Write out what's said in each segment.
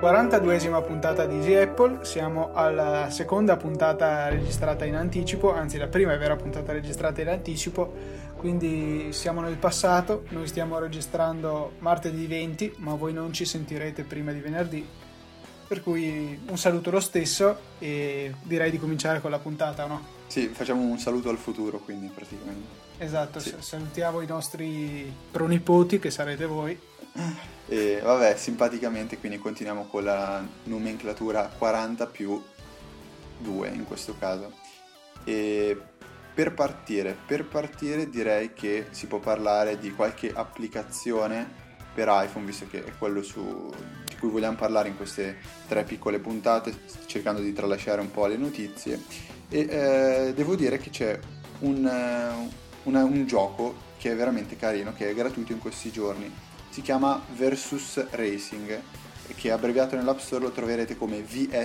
42esima puntata di Easy Apple, siamo alla seconda puntata registrata in anticipo, anzi la prima vera puntata registrata in anticipo, quindi siamo nel passato, noi stiamo registrando martedì 20, ma voi non ci sentirete prima di venerdì, per cui un saluto lo stesso e direi di cominciare con la puntata, no? Sì, facciamo un saluto al futuro, quindi praticamente. Esatto, sì. Salutiamo i nostri pronipoti, che sarete voi. E vabbè, simpaticamente, quindi continuiamo con la nomenclatura 40 più 2 in questo caso. E per partire direi che si può parlare di qualche applicazione per iPhone, visto che è quello di cui vogliamo parlare in queste 3 piccole puntate, cercando di tralasciare un po' le notizie. E devo dire che c'è un gioco che è veramente carino, che è gratuito in questi giorni. Si chiama Versus Racing, che abbreviato nell'App Store lo troverete come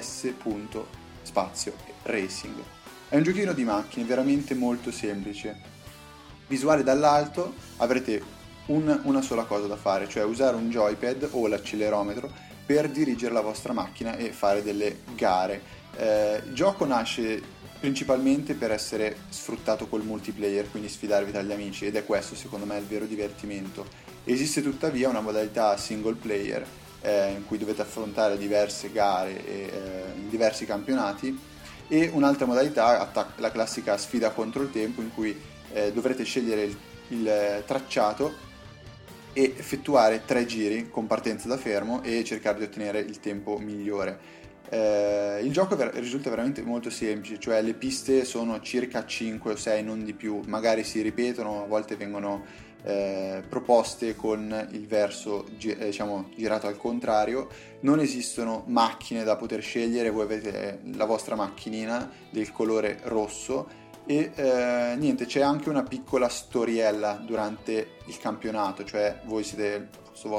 vs.racing. È un giochino di macchine veramente molto semplice. Visuale dall'alto, avrete una sola cosa da fare, cioè usare un joypad o l'accelerometro per dirigere la vostra macchina e fare delle gare. Il gioco nasce principalmente per essere sfruttato col multiplayer, quindi sfidarvi tra gli amici, ed è questo secondo me il vero divertimento. Esiste tuttavia una modalità single player in cui dovete affrontare diverse gare in diversi campionati, e un'altra modalità, la classica sfida contro il tempo, in cui dovrete scegliere il tracciato e effettuare 3 giri con partenza da fermo e cercare di ottenere il tempo migliore. Il gioco risulta veramente molto semplice, cioè le piste sono circa 5 o 6, non di più, magari si ripetono, a volte vengono proposte con il verso girato al contrario. Non esistono macchine da poter scegliere, voi avete la vostra macchinina del colore rosso e niente, c'è anche una piccola storiella durante il campionato, cioè voi siete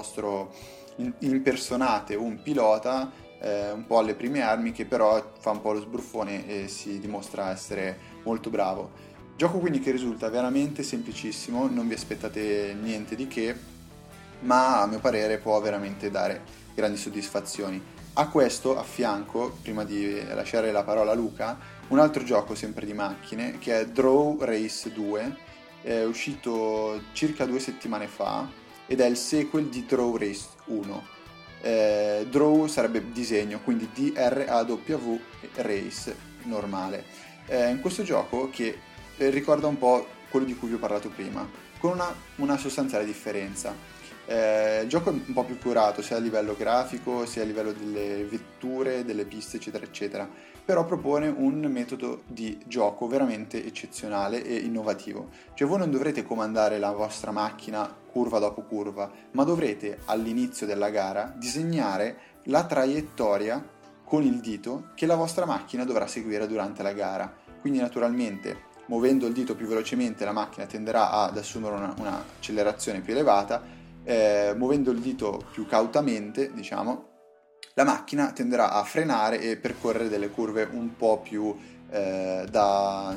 impersonate un pilota un po' alle prime armi, che però fa un po' lo sbruffone e si dimostra essere molto bravo. Gioco quindi che risulta veramente semplicissimo, non vi aspettate niente di che, ma a mio parere può veramente dare grandi soddisfazioni. A questo, a fianco, prima di lasciare la parola a Luca, un altro gioco sempre di macchine che è Draw Race 2, è uscito circa 2 settimane fa ed è il sequel di Draw Race 1. Draw sarebbe disegno, quindi DRAW Race normale. In questo gioco, che ricorda un po' quello di cui vi ho parlato prima, con una sostanziale differenza. Il gioco è un po' più curato sia a livello grafico sia a livello delle vetture, delle piste eccetera eccetera, però propone un metodo di gioco veramente eccezionale e innovativo. Cioè voi non dovrete comandare la vostra macchina curva dopo curva, ma dovrete all'inizio della gara disegnare la traiettoria con il dito che la vostra macchina dovrà seguire durante la gara. Quindi naturalmente, muovendo il dito più velocemente, la macchina tenderà ad assumere una accelerazione più elevata, muovendo il dito più cautamente, diciamo, la macchina tenderà a frenare e percorrere delle curve un po' più da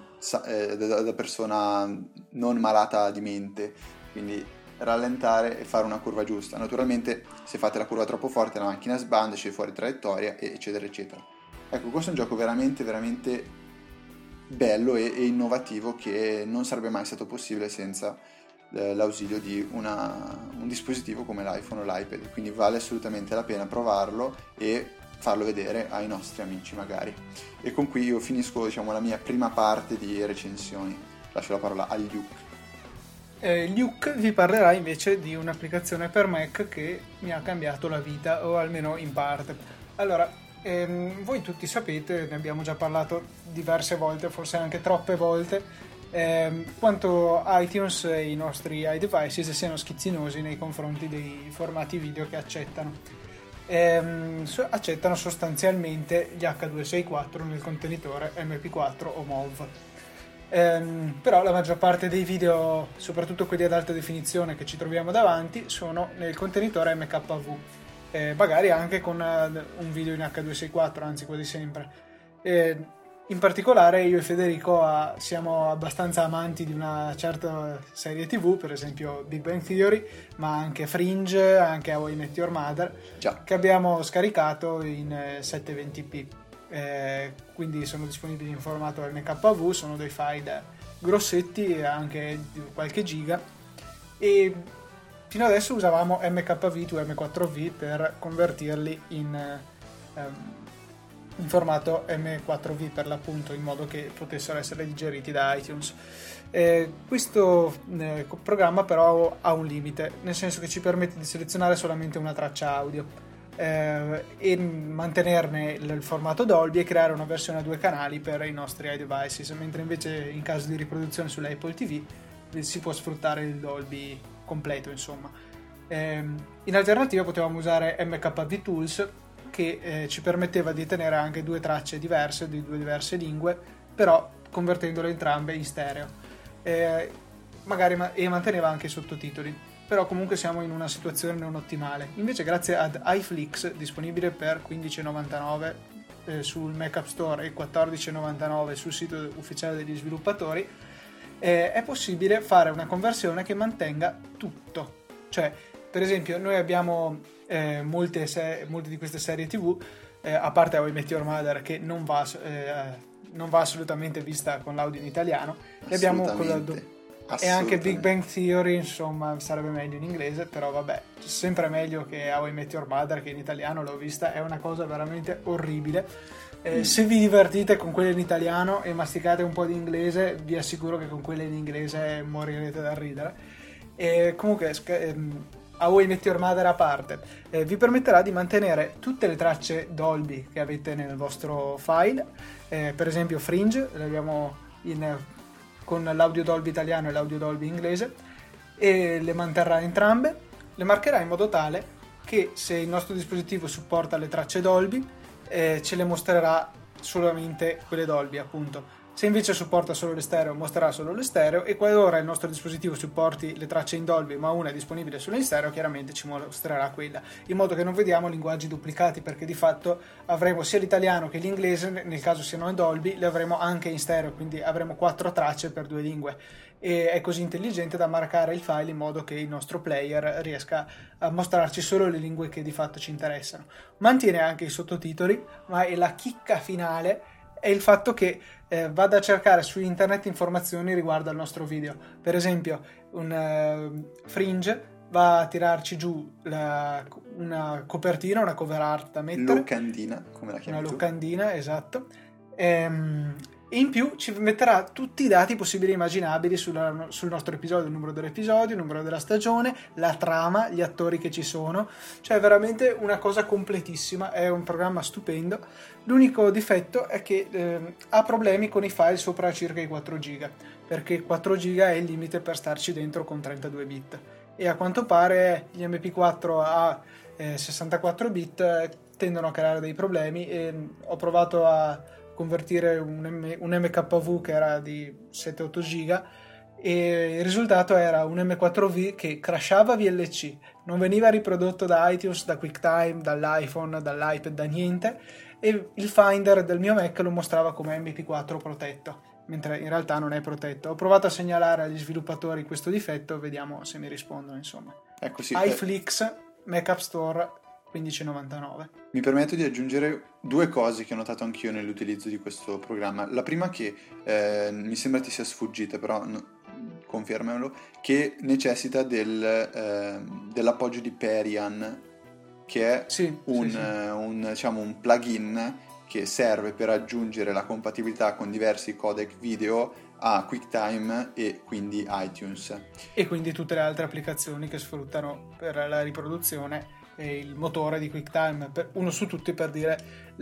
persona non malata di mente, quindi rallentare e fare una curva giusta. Naturalmente, se fate la curva troppo forte, la macchina sbanda, esce fuori traiettoria, eccetera eccetera. Ecco, questo è un gioco veramente veramente bello e innovativo, che non sarebbe mai stato possibile senza l'ausilio di un dispositivo come l'iPhone o l'iPad, quindi vale assolutamente la pena provarlo e farlo vedere ai nostri amici magari. E con qui io finisco, diciamo, la mia prima parte di recensioni. Lascio la parola a Luke. Luke vi parlerà invece di un'applicazione per Mac che mi ha cambiato la vita, o almeno in parte. Allora, voi tutti sapete, ne abbiamo già parlato diverse volte, forse anche troppe volte, quanto iTunes e i nostri iDevices siano schizzinosi nei confronti dei formati video che accettano. Accettano sostanzialmente gli H264 nel contenitore MP4 o MOV. Però la maggior parte dei video, soprattutto quelli ad alta definizione che ci troviamo davanti, sono nel contenitore MKV. Magari anche con un video in H264, anzi quasi sempre. In particolare io e Federico siamo abbastanza amanti di una certa serie TV, per esempio Big Bang Theory, ma anche Fringe, anche How I Met Your Mother, Già. che abbiamo scaricato in 720p. Quindi sono disponibili in formato MKV, sono dei file grossetti, anche di qualche giga, e fino adesso usavamo MKV to M4V per convertirli in formato M4V per l'appunto, in modo che potessero essere digeriti da iTunes. Questo programma però ha un limite, nel senso che ci permette di selezionare solamente una traccia audio e mantenerne il formato Dolby e creare una versione a 2 canali per i nostri iDevices, mentre invece in caso di riproduzione sull'Apple TV si può sfruttare il Dolby completo, insomma. In alternativa potevamo usare MKV Tools, che ci permetteva di tenere anche 2 tracce diverse di 2 diverse lingue, però convertendole entrambe in stereo, magari e manteneva anche i sottotitoli. Però comunque siamo in una situazione non ottimale. Invece grazie ad iFlix, disponibile per $15,99 sul Mac App Store e $14,99 sul sito ufficiale degli sviluppatori, è possibile fare una conversione che mantenga tutto. Cioè, per esempio, noi abbiamo molte di queste serie TV, a parte How I Met Your Mother, che non va assolutamente vista con l'audio in italiano, e abbiamo e anche Big Bang Theory, insomma, sarebbe meglio in inglese, però vabbè, sempre meglio che How I Met Your Mother, che in italiano l'ho vista, è una cosa veramente orribile. Se vi divertite con quelle in italiano e masticate un po' di inglese, vi assicuro che con quelle in inglese morirete da ridere. E comunque How I Met Your Mother a parte, vi permetterà di mantenere tutte le tracce Dolby che avete nel vostro file. Per esempio Fringe l'abbiamo con l'audio Dolby italiano e l'audio Dolby inglese, e le manterrà entrambe, le marcherà in modo tale che se il nostro dispositivo supporta le tracce Dolby, ce le mostrerà solamente quelle Dolby, appunto. Se invece supporta solo le stereo, mostrerà solo le stereo, e qualora il nostro dispositivo supporti le tracce in Dolby ma una è disponibile solo in stereo, chiaramente ci mostrerà quella, in modo che non vediamo linguaggi duplicati, perché di fatto avremo sia l'italiano che l'inglese, nel caso siano in Dolby, le avremo anche in stereo, quindi avremo 4 tracce per 2 lingue, e è così intelligente da marcare il file in modo che il nostro player riesca a mostrarci solo le lingue che di fatto ci interessano. Mantiene anche i sottotitoli, ma è la chicca finale è il fatto che vada a cercare su internet informazioni riguardo al nostro video. Per esempio, un Fringe va a tirarci giù una copertina, una cover art da mettere. Locandina, come la chiami Una tu? locandina, esatto. E in più ci metterà tutti i dati possibili e immaginabili sul nostro episodio, il numero dell'episodio, il numero della stagione, la trama, gli attori che ci sono. Cioè veramente una cosa completissima, è un programma stupendo. L'unico difetto è che ha problemi con i file sopra circa i 4 giga, perché 4 giga è il limite per starci dentro con 32 bit, e a quanto pare gli MP4 a 64 bit tendono a creare dei problemi, e ho provato a convertire un MKV che era di 7-8 giga, e il risultato era un M4V che crashava VLC, non veniva riprodotto da iTunes, da QuickTime, dall'iPhone, dall'iPad, da niente, e il Finder del mio Mac lo mostrava come MP4 protetto, mentre in realtà non è protetto. Ho provato a segnalare agli sviluppatori questo difetto, vediamo se mi rispondono, insomma. Ecco, sì, iFlix, Mac App Store, $15,99. Mi permetto di aggiungere 2 cose che ho notato anch'io nell'utilizzo di questo programma. La prima, che mi sembra ti sia sfuggita, però confermamelo, che necessita dell'appoggio di Perian, che è diciamo, un plugin che serve per aggiungere la compatibilità con diversi codec video a QuickTime e quindi iTunes. E quindi tutte le altre applicazioni che sfruttano per la riproduzione e il motore di QuickTime, uno su tutti, per dire,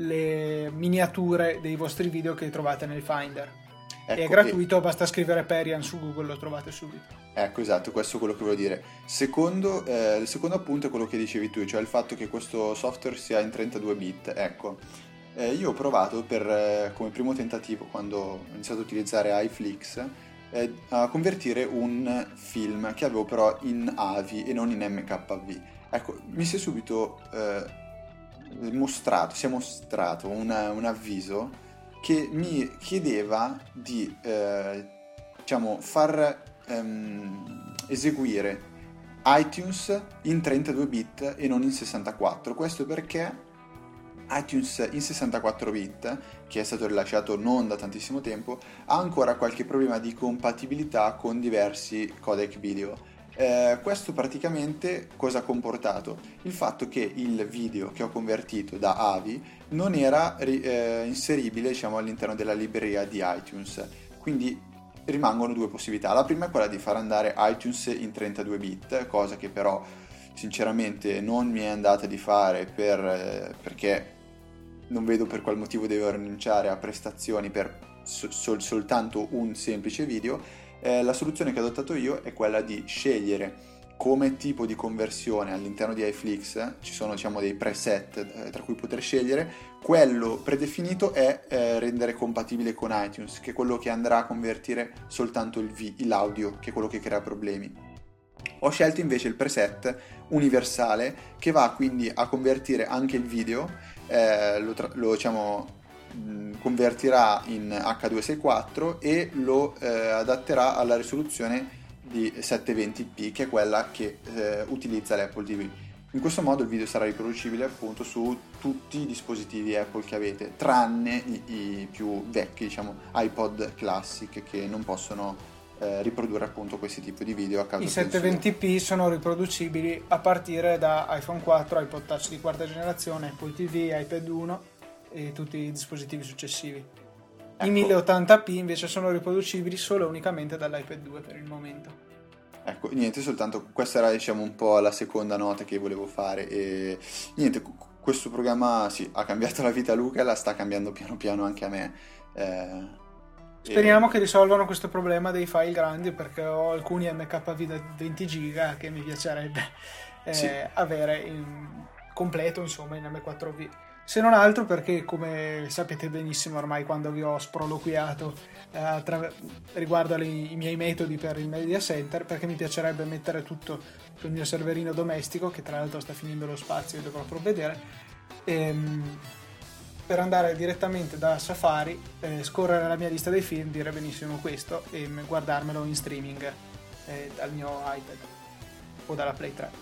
le miniature dei vostri video che trovate nel Finder. Ecco, è gratuito, basta scrivere Perian su Google, lo trovate subito. Ecco, esatto, questo è quello che volevo dire. Il secondo appunto è quello che dicevi tu, cioè il fatto che questo software sia in 32 bit. Ecco, io ho provato come primo tentativo, quando ho iniziato ad utilizzare iFlix, a convertire un film che avevo però in AVI e non in MKV. Ecco, mi si è subito si è mostrato un avviso che mi chiedeva di diciamo far eseguire iTunes in 32 bit e non in 64. Questo perché iTunes in 64 bit, che è stato rilasciato non da tantissimo tempo, ha ancora qualche problema di compatibilità con diversi codec video. Questo praticamente cosa ha comportato? Il fatto che il video che ho convertito da AVI non era inseribile, diciamo, all'interno della libreria di iTunes. Quindi rimangono due possibilità. La prima è quella di far andare iTunes in 32 bit, cosa che però sinceramente non mi è andata di fare perché non vedo per qual motivo devo rinunciare a prestazioni per soltanto un semplice video. La soluzione che ho adottato io è quella di scegliere come tipo di conversione all'interno di iFlix. Ci sono, diciamo, dei preset tra cui poter scegliere. Quello predefinito è rendere compatibile con iTunes, che è quello che andrà a convertire soltanto l'audio, che è quello che crea problemi. Ho scelto invece il preset universale, che va quindi a convertire anche il video, diciamo, convertirà in H264 e lo adatterà alla risoluzione di 720p, che è quella che utilizza l'Apple TV. In questo modo il video sarà riproducibile appunto su tutti i dispositivi Apple che avete, tranne i più vecchi, diciamo iPod Classic, che non possono riprodurre appunto questi tipi di video a causa I 720p sono riproducibili a partire da iPhone 4, iPod Touch di quarta generazione, Apple TV, iPad 1 e tutti i dispositivi successivi. Ecco. I 1080p invece sono riproducibili solo e unicamente dall'iPad 2 per il momento. Ecco, niente, soltanto questa era, diciamo, un po' la seconda nota che volevo fare. E niente, questo programma sì, ha cambiato la vita a Luca e la sta cambiando piano piano anche a me. Speriamo che risolvano questo problema dei file grandi, perché ho alcuni MKV da 20 giga che mi piacerebbe avere in completo, insomma, in M4V. Se non altro perché, come sapete benissimo ormai quando vi ho sproloquiato riguardo i miei metodi per il media center, perché mi piacerebbe mettere tutto sul mio serverino domestico, che tra l'altro sta finendo lo spazio e dovrò provvedere, per andare direttamente da Safari, scorrere la mia lista dei film, dire benissimo questo e guardarmelo in streaming dal mio iPad o dalla Play 3.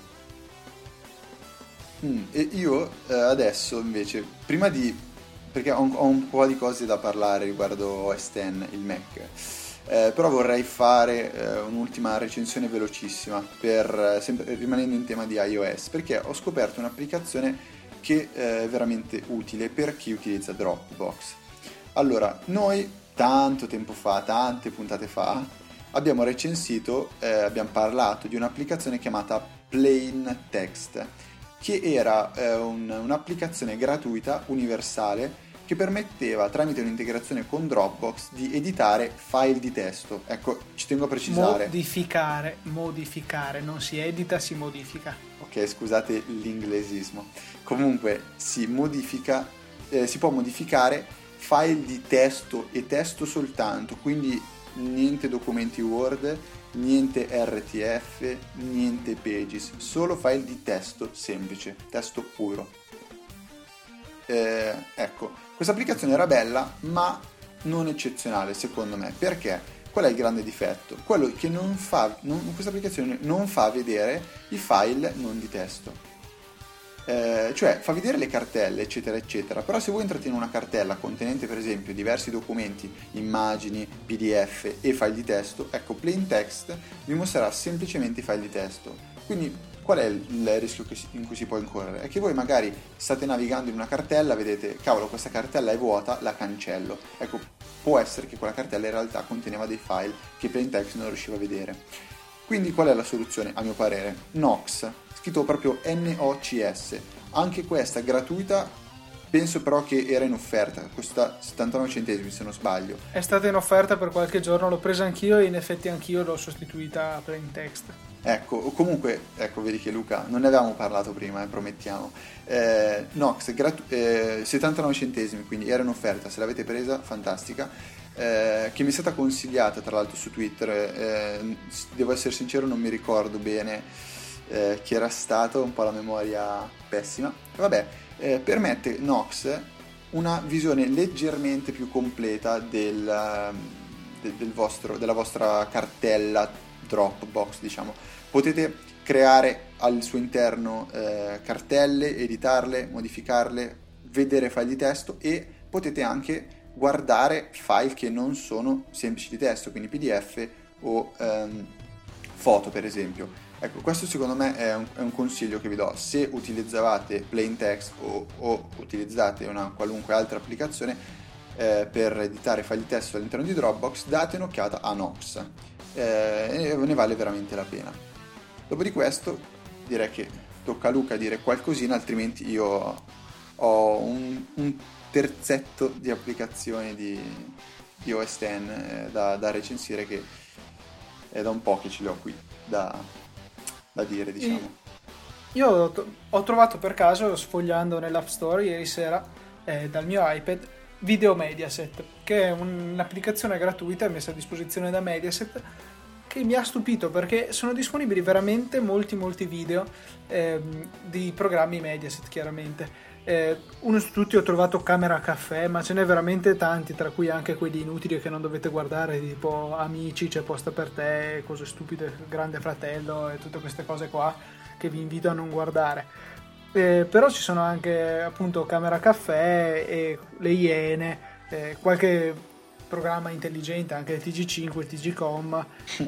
E io adesso invece, perché ho un po' di cose da parlare riguardo OS X, il Mac, però vorrei fare un'ultima recensione velocissima, sempre rimanendo in tema di iOS, perché ho scoperto un'applicazione che è veramente utile per chi utilizza Dropbox. Allora, noi tanto tempo fa, tante puntate fa, abbiamo recensito, abbiamo parlato di un'applicazione chiamata Plain Text, che era un'applicazione gratuita, universale, che permetteva, tramite un'integrazione con Dropbox, di editare file di testo. Ecco, ci tengo a precisare. Modificare, non si edita, si modifica. Ok, scusate l'inglesismo. Comunque si può modificare file di testo e testo soltanto, quindi niente documenti Word, niente RTF, niente Pages, solo file di testo semplice, testo puro. Ecco, questa applicazione era bella, ma non eccezionale secondo me. Perché? Qual è il grande difetto? Quello che questa applicazione non fa vedere i file non di testo. Cioè fa vedere le cartelle eccetera eccetera, però se voi entrate in una cartella contenente per esempio diversi documenti, immagini, PDF e file di testo, ecco, Plain Text vi mostrerà semplicemente i file di testo. Quindi qual è il rischio in cui si può incorrere? È che voi magari state navigando in una cartella, vedete, cavolo, questa cartella è vuota, la cancello. Ecco, può essere che quella cartella in realtà conteneva dei file che Plain Text non riusciva a vedere. Quindi qual è la soluzione, a mio parere? Nox, scritto proprio NOCS, anche questa gratuita, penso però che era in offerta, costa 79 centesimi se non sbaglio. È stata in offerta per qualche giorno, l'ho presa anch'io e in effetti anch'io l'ho sostituita a Plain Text. Ecco, comunque, ecco, vedi che Luca, non ne avevamo parlato prima, promettiamo. Nox, 79 centesimi, quindi era in offerta, se l'avete presa, fantastica. Che mi è stata consigliata tra l'altro su Twitter, devo essere sincero, non mi ricordo bene chi era stato, un po' la memoria pessima. Vabbè, permette Nox una visione leggermente più completa della vostra cartella Dropbox, diciamo. Potete creare al suo interno cartelle, editarle, modificarle, vedere file di testo, e potete anche guardare file che non sono semplici di testo, quindi PDF o foto, per esempio. Ecco, questo secondo me è un consiglio che vi do. Se utilizzavate Plain Text o utilizzate una qualunque altra applicazione per editare file di testo all'interno di Dropbox, date un'occhiata a Knox, e ne vale veramente la pena. Dopo di questo direi che tocca a Luca dire qualcosina, altrimenti io ho un terzetto di applicazioni di OS X da recensire, che è da un po' che ce le ho qui da dire, diciamo. Io ho trovato per caso, sfogliando nell'App Store ieri sera dal mio iPad, Video Mediaset, che è un'applicazione gratuita messa a disposizione da Mediaset, che mi ha stupito perché sono disponibili veramente molti video di programmi Mediaset, chiaramente. Uno su tutti ho trovato Camera Caffè, ma ce n'è veramente tanti, tra cui anche quelli inutili che non dovete guardare, tipo Amici, C'è posta per te, cose stupide, Grande Fratello e tutte queste cose qua che vi invito a non guardare. Però ci sono anche appunto Camera Caffè e Le Iene, qualche programma intelligente, anche il TG5, il TGcom,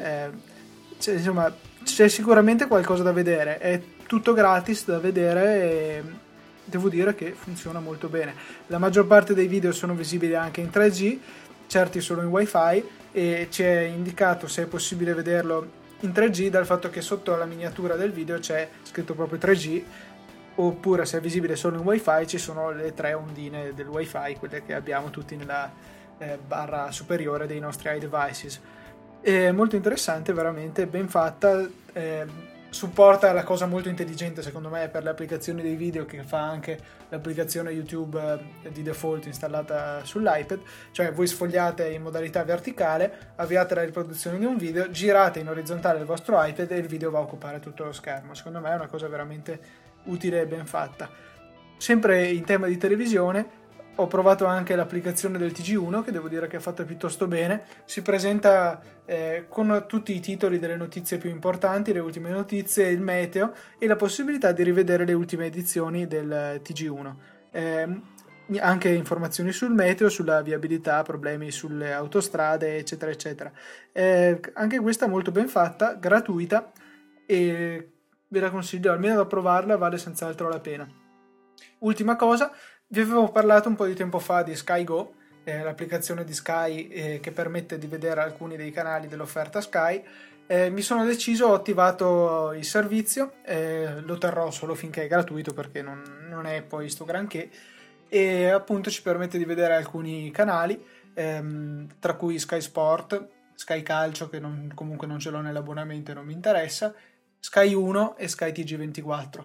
insomma c'è sicuramente qualcosa da vedere, è tutto gratis da vedere e devo dire che funziona molto bene. La maggior parte dei video sono visibili anche in 3G, certi solo in Wi-Fi, e ci è indicato se è possibile vederlo in 3G dal fatto che sotto la miniatura del video c'è scritto proprio 3G, oppure se è visibile solo in Wi-Fi ci sono le 3 ondine del Wi-Fi, quelle che abbiamo tutti nella barra superiore dei nostri iDevices. È molto interessante, veramente ben fatta, supporta la cosa molto intelligente secondo me per le applicazioni dei video, che fa anche l'applicazione YouTube di default installata sull'iPad, cioè voi sfogliate in modalità verticale, avviate la riproduzione di un video, girate in orizzontale il vostro iPad e il video va a occupare tutto lo schermo. Secondo me è una cosa veramente utile e ben fatta. Sempre in tema di televisione ho provato anche l'applicazione del TG1, che devo dire che è fatta piuttosto bene. Si presenta con tutti i titoli delle notizie più importanti, le ultime notizie, il meteo e la possibilità di rivedere le ultime edizioni del TG1. Anche informazioni sul meteo, sulla viabilità, problemi sulle autostrade, eccetera, eccetera. Anche questa molto ben fatta, gratuita, e ve la consiglio, almeno da provarla vale senz'altro la pena. Ultima cosa, vi avevo parlato un po' di tempo fa di Sky Go, l'applicazione di Sky che permette di vedere alcuni dei canali dell'offerta Sky. Mi sono deciso, ho attivato il servizio, lo terrò solo finché è gratuito perché non è poi sto granché, e appunto ci permette di vedere alcuni canali, tra cui Sky Sport, Sky Calcio, che comunque non ce l'ho nell'abbonamento e non mi interessa, Sky 1 e Sky TG24.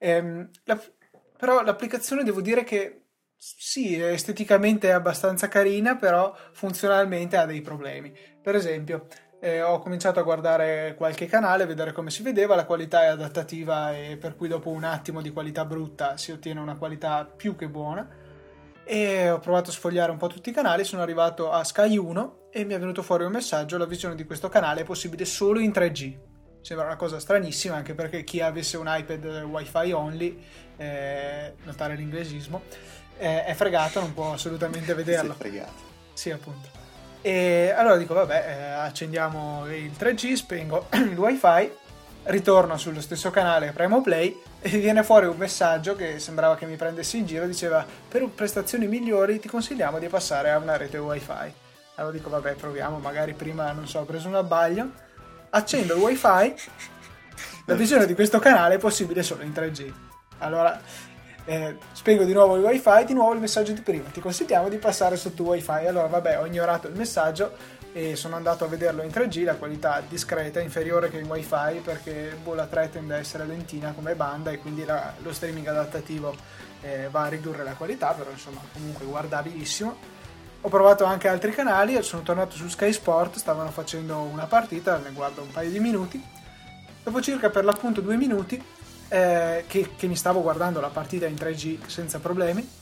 Però l'applicazione devo dire che sì, esteticamente è abbastanza carina, però funzionalmente ha dei problemi. Per esempio, ho cominciato a guardare qualche canale, vedere come si vedeva, la qualità è adattativa, e per cui dopo un attimo di qualità brutta si ottiene una qualità più che buona. E ho provato a sfogliare un po' tutti i canali, sono arrivato a Sky 1 e mi è venuto fuori un messaggio: la visione di questo canale è possibile solo in 3G. Sembra una cosa stranissima, anche perché chi avesse un iPad Wi-Fi only, notare l'inglesismo, è fregato, non può assolutamente vederlo. Sei fregato. Sì, appunto. E allora dico, vabbè, accendiamo il 3G, spengo il Wi-Fi, ritorno sullo stesso canale, premo play e viene fuori un messaggio che sembrava che mi prendesse in giro, diceva: per prestazioni migliori ti consigliamo di passare a una rete Wi-Fi. Allora dico, vabbè, proviamo, magari prima, non so, ho preso un abbaglio. Accendo il Wi-Fi, la visione di questo canale è possibile solo in 3G. Allora spengo di nuovo il Wi-Fi, di nuovo il messaggio di prima: ti consigliamo di passare sotto Wi-Fi. Allora vabbè, ho ignorato il messaggio e sono andato a vederlo in 3G, la qualità discreta, inferiore che in Wi-Fi, perché la 3 tende a essere lentina come banda e quindi lo streaming adattativo va a ridurre la qualità, però insomma comunque guardabilissimo. Ho provato anche altri canali, sono tornato su Sky Sport, stavano facendo una partita, ne guardo un paio di minuti. Dopo circa per l'appunto 2 minuti che mi stavo guardando la partita in 3G senza problemi,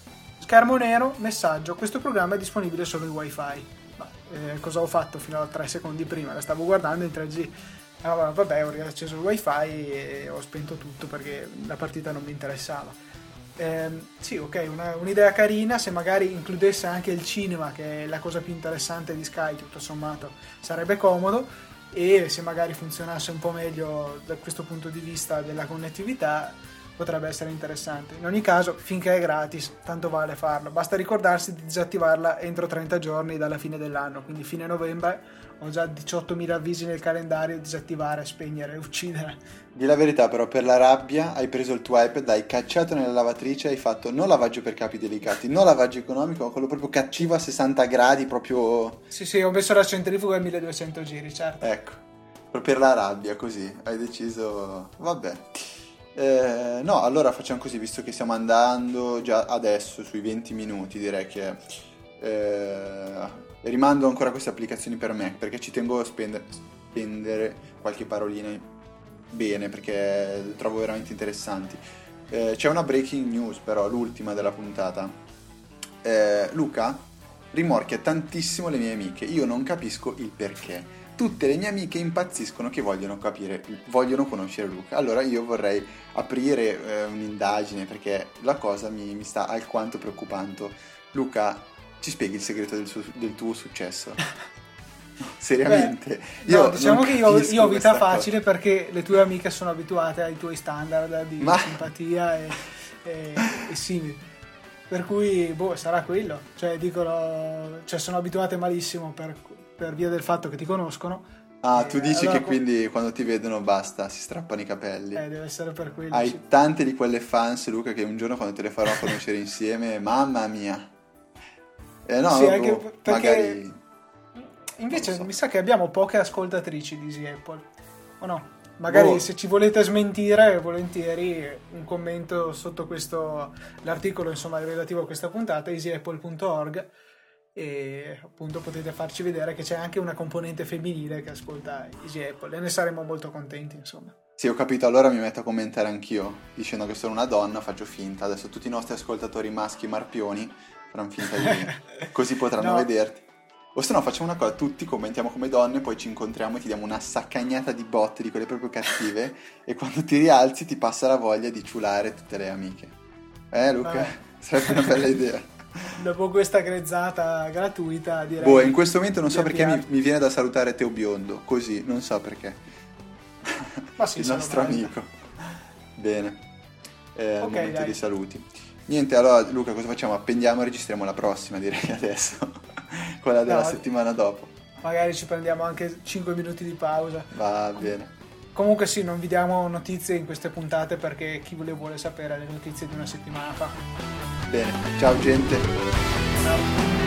schermo nero, messaggio, questo programma è disponibile solo in wifi. Ma cosa ho fatto fino a 3 secondi prima? La stavo guardando in 3G. Allora, vabbè, ho riacceso il wifi e ho spento tutto perché la partita non mi interessava. Sì, ok, un'idea carina. Se magari includesse anche il cinema, che è la cosa più interessante di Sky, tutto sommato sarebbe comodo, e se magari funzionasse un po' meglio da questo punto di vista della connettività potrebbe essere interessante. In ogni caso, finché è gratis, tanto vale farlo. Basta ricordarsi di disattivarla entro 30 giorni dalla fine dell'anno, quindi fine novembre. Ho già 18.000 avvisi nel calendario: disattivare, spegnere, uccidere. Di la verità, però, per la rabbia hai preso il tuo iPad, l'hai cacciato nella lavatrice, hai fatto non lavaggio per capi delicati, non lavaggio economico, ma quello proprio cattivo a 60 gradi, proprio... Sì, ho messo la centrifuga a 1200 giri, certo. Ecco, proprio per la rabbia, così, hai deciso... Vabbè. No, allora facciamo così, visto che stiamo andando già adesso sui 20 minuti, direi che... rimando ancora queste applicazioni per Mac, perché ci tengo a spendere qualche parolina bene, perché le trovo veramente interessanti. C'è una breaking news, però, l'ultima della puntata. Luca rimorchia tantissimo le mie amiche, io non capisco il perché. Tutte le mie amiche impazziscono che vogliono conoscere Luca. Allora io vorrei aprire un'indagine, perché la cosa mi sta alquanto preoccupando. Luca, ci spieghi il segreto del tuo successo? Seriamente? No, diciamo che io ho vita facile cosa, perché le tue amiche sono abituate ai tuoi standard di simpatia e simili. Per cui, sarà quello. Cioè, dicono, sono abituate malissimo per via del fatto che ti conoscono. Ah, tu dici allora, che quindi quando ti vedono basta, si strappano i capelli. Deve essere per quello. Hai sì. Tante di quelle fans, Luca, che un giorno quando te le farò conoscere insieme, mamma mia. No, sì, anche perché magari... Invece mi sa che abbiamo poche ascoltatrici di Easy Apple, o no? Magari se ci volete smentire, volentieri un commento sotto l'articolo, insomma, relativo a questa puntata, easyapple.org, e appunto potete farci vedere che c'è anche una componente femminile che ascolta Easy Apple e ne saremo molto contenti, insomma. Sì, ho capito, allora mi metto a commentare anch'io, dicendo che sono una donna, faccio finta. Adesso tutti i nostri ascoltatori maschi marpioni faranno finta di così potranno vederti. O se no facciamo una cosa, tutti commentiamo come donne, poi ci incontriamo e ti diamo una saccagnata di botte, di quelle proprio cattive, e quando ti rialzi ti passa la voglia di ciulare tutte le amiche. Luca? Vabbè. Sarebbe una bella idea. Dopo questa grezzata gratuita, direi... in questo momento non so perché mi viene da salutare Teo Biondo, così, non so perché. Ma sì, il nostro amico. Bene, okay, momento di saluti. Niente, allora Luca, cosa facciamo? Appendiamo e registriamo la prossima, direi adesso. Quella della settimana dopo. Magari ci prendiamo anche 5 minuti di pausa. Va bene. Comunque sì, non vi diamo notizie in queste puntate perché chi vuole sapere le notizie di una settimana fa. Bene, ciao gente. Ciao.